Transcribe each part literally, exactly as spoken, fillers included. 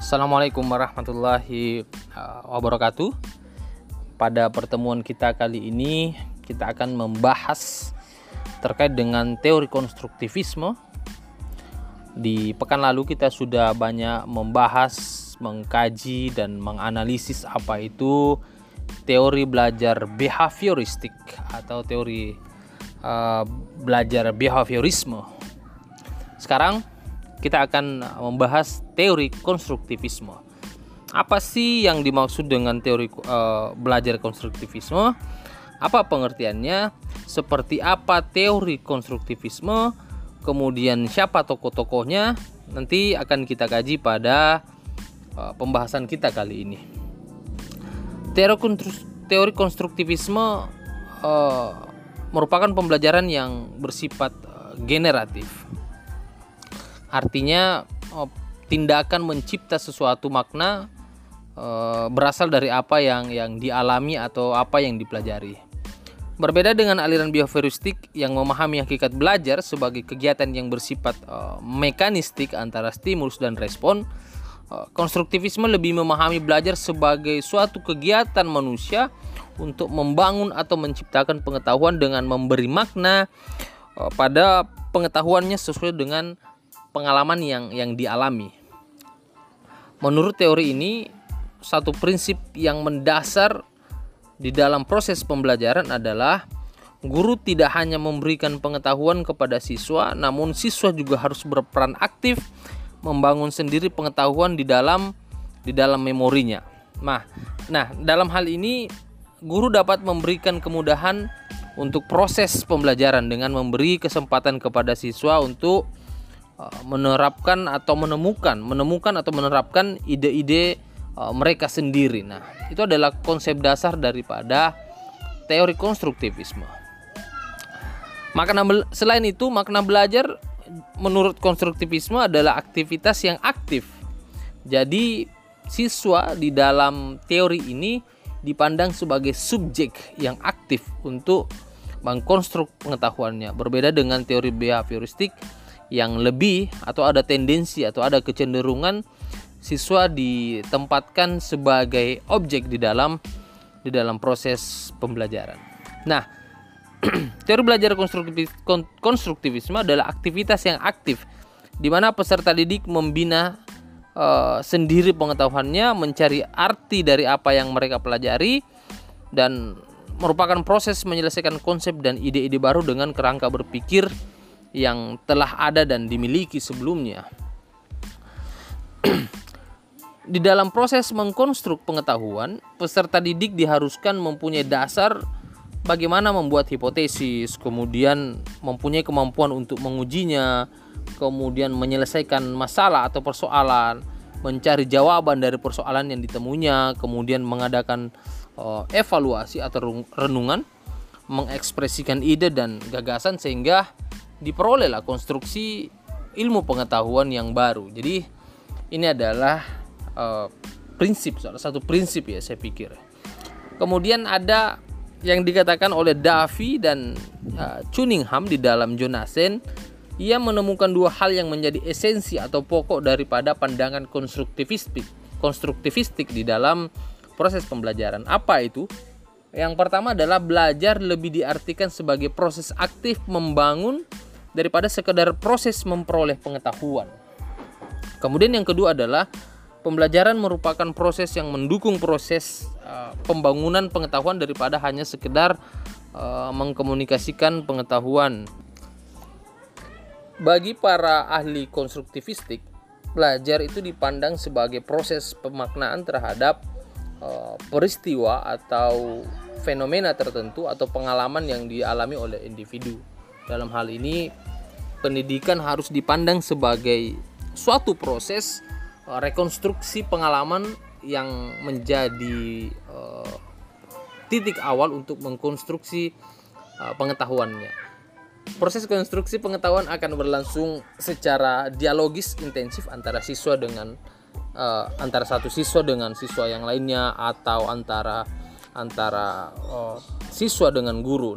Assalamualaikum warahmatullahi uh, wabarakatuh. Pada pertemuan kita kali ini kita akan membahas terkait dengan teori konstruktivisme. Di pekan lalu kita sudah banyak membahas, mengkaji dan menganalisis apa itu teori belajar behavioristik atau teori uh, belajar behaviorisme. Sekarang kita akan membahas teori konstruktivisme. Apa sih yang dimaksud dengan teori uh, belajar konstruktivisme? Apa pengertiannya? Seperti apa teori konstruktivisme? Kemudian siapa tokoh-tokohnya? Nanti akan kita kaji pada uh, pembahasan kita kali ini. Teori, teori konstruktivisme uh, merupakan pembelajaran yang bersifat uh, generatif. Artinya tindakan mencipta sesuatu makna e, berasal dari apa yang yang dialami atau apa yang dipelajari. Berbeda dengan aliran behavioristik yang memahami hakikat belajar sebagai kegiatan yang bersifat e, mekanistik antara stimulus dan respon, e, konstruktivisme lebih memahami belajar sebagai suatu kegiatan manusia untuk membangun atau menciptakan pengetahuan dengan memberi makna e, pada pengetahuannya sesuai dengan pengalaman yang yang dialami. Menurut teori ini, satu prinsip yang mendasar di dalam proses pembelajaran adalah guru tidak hanya memberikan pengetahuan kepada siswa, namun siswa juga harus berperan aktif membangun sendiri pengetahuan di dalam di dalam memorinya. Nah, nah, dalam hal ini guru dapat memberikan kemudahan untuk proses pembelajaran dengan memberi kesempatan kepada siswa untuk menerapkan atau menemukan menemukan atau menerapkan ide-ide uh, mereka sendiri. Nah, itu adalah konsep dasar daripada teori konstruktivisme. Makna selain itu, makna belajar menurut konstruktivisme adalah aktivitas yang aktif. Jadi, siswa di dalam teori ini dipandang sebagai subjek yang aktif untuk mengkonstruk pengetahuannya. Berbeda dengan teori behavioristik yang lebih atau ada tendensi atau ada kecenderungan siswa ditempatkan sebagai objek di dalam di dalam proses pembelajaran. Nah, teori belajar konstruktivis, konstruktivisme adalah aktivitas yang aktif di mana peserta didik membina uh, sendiri pengetahuannya, mencari arti dari apa yang mereka pelajari dan merupakan proses menyelesaikan konsep dan ide-ide baru dengan kerangka berpikir yang telah ada dan dimiliki sebelumnya. Di dalam proses mengkonstruk pengetahuan, peserta didik diharuskan mempunyai dasar bagaimana membuat hipotesis, kemudian mempunyai kemampuan untuk mengujinya, kemudian menyelesaikan masalah atau persoalan, mencari jawaban dari persoalan yang ditemunya, kemudian mengadakan uh, evaluasi atau renungan, mengekspresikan ide dan gagasan sehingga diperolehlah konstruksi ilmu pengetahuan yang baru. Jadi ini adalah uh, prinsip, salah satu prinsip ya saya pikir. Kemudian ada yang dikatakan oleh Davy dan uh, Cunningham di dalam Jonassen. Ia menemukan dua hal yang menjadi esensi atau pokok daripada pandangan konstruktivistik, konstruktivistik di dalam proses pembelajaran. Apa itu? Yang pertama adalah belajar lebih diartikan sebagai proses aktif membangun daripada sekedar proses memperoleh pengetahuan. Kemudian yang kedua adalah pembelajaran merupakan proses yang mendukung proses uh, pembangunan pengetahuan daripada hanya sekedar uh, mengkomunikasikan pengetahuan. Bagi para ahli konstruktivistik, belajar itu dipandang sebagai proses pemaknaan terhadap uh, peristiwa atau fenomena tertentu atau pengalaman yang dialami oleh individu. Dalam hal ini, pendidikan harus dipandang sebagai suatu proses uh, rekonstruksi pengalaman yang menjadi uh, titik awal untuk mengkonstruksi uh, pengetahuannya. Proses konstruksi pengetahuan akan berlangsung secara dialogis intensif antara siswa dengan uh, antara satu siswa dengan siswa yang lainnya atau antara antara uh, siswa dengan guru. Nah,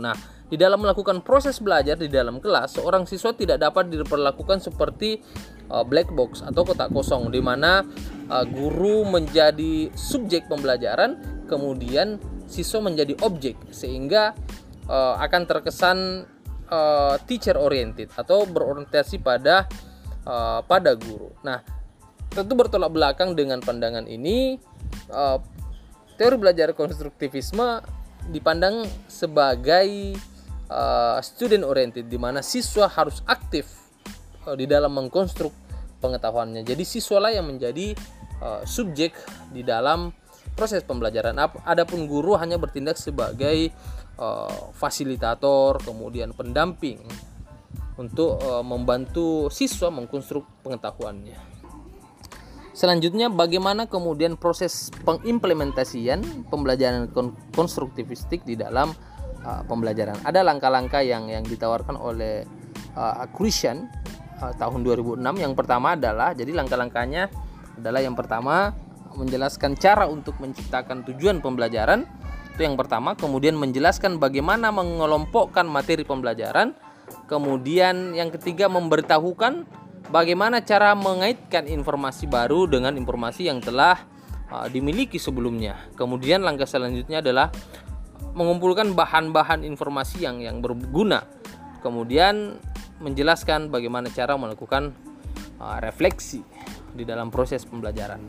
Di dalam melakukan proses belajar di dalam kelas, seorang siswa tidak dapat diperlakukan seperti uh, black box atau kotak kosong, di mana uh, guru menjadi subjek pembelajaran, kemudian siswa menjadi objek, sehingga uh, akan terkesan uh, teacher oriented atau berorientasi pada uh, pada guru. Nah, tentu bertolak belakang dengan pandangan ini. Uh, teori belajar konstruktivisme dipandang sebagai Uh, student oriented, di mana siswa harus aktif uh, di dalam mengkonstruk pengetahuannya. Jadi siswa lah yang menjadi uh, subjek di dalam proses pembelajaran. Adapun guru hanya bertindak sebagai uh, fasilitator, kemudian pendamping untuk uh, membantu siswa mengkonstruk pengetahuannya. Selanjutnya, bagaimana kemudian proses pengimplementasian pembelajaran konstruktivistik di dalam Uh, pembelajaran. Ada langkah-langkah yang yang ditawarkan oleh uh, Christian uh, tahun dua ribu enam. Yang pertama adalah, jadi langkah-langkahnya adalah yang pertama menjelaskan cara untuk menciptakan tujuan pembelajaran. Itu yang pertama. Kemudian menjelaskan bagaimana mengelompokkan materi pembelajaran. Kemudian yang ketiga, memberitahukan bagaimana cara mengaitkan informasi baru dengan informasi yang telah uh, dimiliki sebelumnya. Kemudian langkah selanjutnya adalah mengumpulkan bahan-bahan informasi yang yang berguna, kemudian menjelaskan bagaimana cara melakukan uh, refleksi di dalam proses pembelajaran.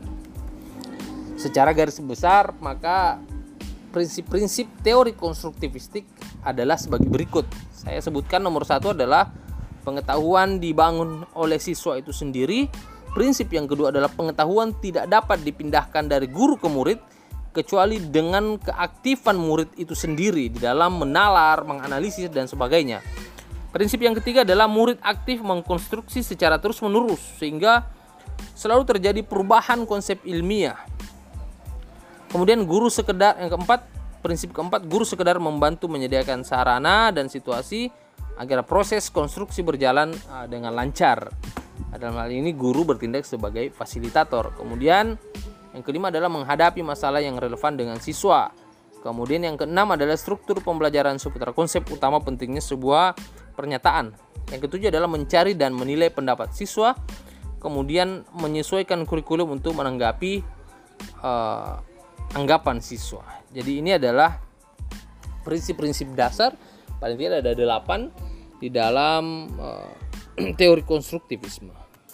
Secara garis besar, maka prinsip-prinsip teori konstruktivistik adalah sebagai berikut. Saya sebutkan nomor satu adalah pengetahuan dibangun oleh siswa itu sendiri. Prinsip yang kedua adalah pengetahuan tidak dapat dipindahkan dari guru ke murid, kecuali dengan keaktifan murid itu sendiri di dalam menalar, menganalisis, dan sebagainya. Prinsip yang ketiga adalah murid aktif mengkonstruksi secara terus-menerus, sehingga selalu terjadi perubahan konsep ilmiah. Kemudian guru sekedar, yang keempat, prinsip keempat, guru sekedar membantu menyediakan sarana dan situasi agar proses konstruksi berjalan dengan lancar. Dalam hal ini guru bertindak sebagai fasilitator. Kemudian yang kelima adalah menghadapi masalah yang relevan dengan siswa. Kemudian yang keenam adalah struktur pembelajaran seputar konsep utama pentingnya sebuah pernyataan. Yang ketujuh adalah mencari dan menilai pendapat siswa. Kemudian menyesuaikan kurikulum untuk menanggapi uh, anggapan siswa. Jadi ini adalah prinsip-prinsip dasar, paling tidak ada delapan di dalam uh, teori konstruktivisme.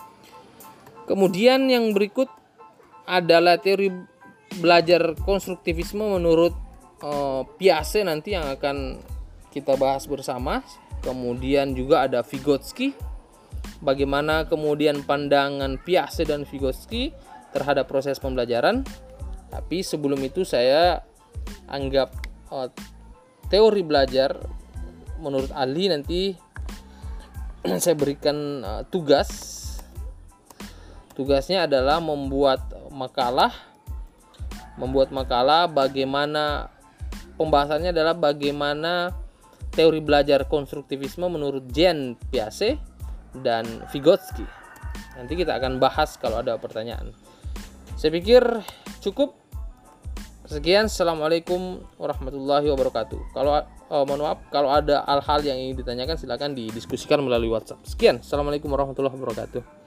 Kemudian yang berikut adalah teori belajar konstruktivisme menurut uh, Piaget nanti yang akan kita bahas bersama. Kemudian juga ada Vygotsky, bagaimana kemudian pandangan Piaget dan Vygotsky terhadap proses pembelajaran. Tapi sebelum itu saya anggap uh, teori belajar menurut Ali nanti saya berikan uh, tugas. Tugasnya adalah membuat makalah, membuat makalah bagaimana pembahasannya adalah bagaimana teori belajar konstruktivisme menurut Jean Piaget dan Vygotsky. Nanti kita akan bahas kalau ada pertanyaan. Saya pikir cukup. Sekian, assalamualaikum warahmatullahi wabarakatuh. Kalau oh, mohon maaf kalau ada hal-hal yang ingin ditanyakan silakan didiskusikan melalui WhatsApp. Sekian, assalamualaikum warahmatullahi wabarakatuh.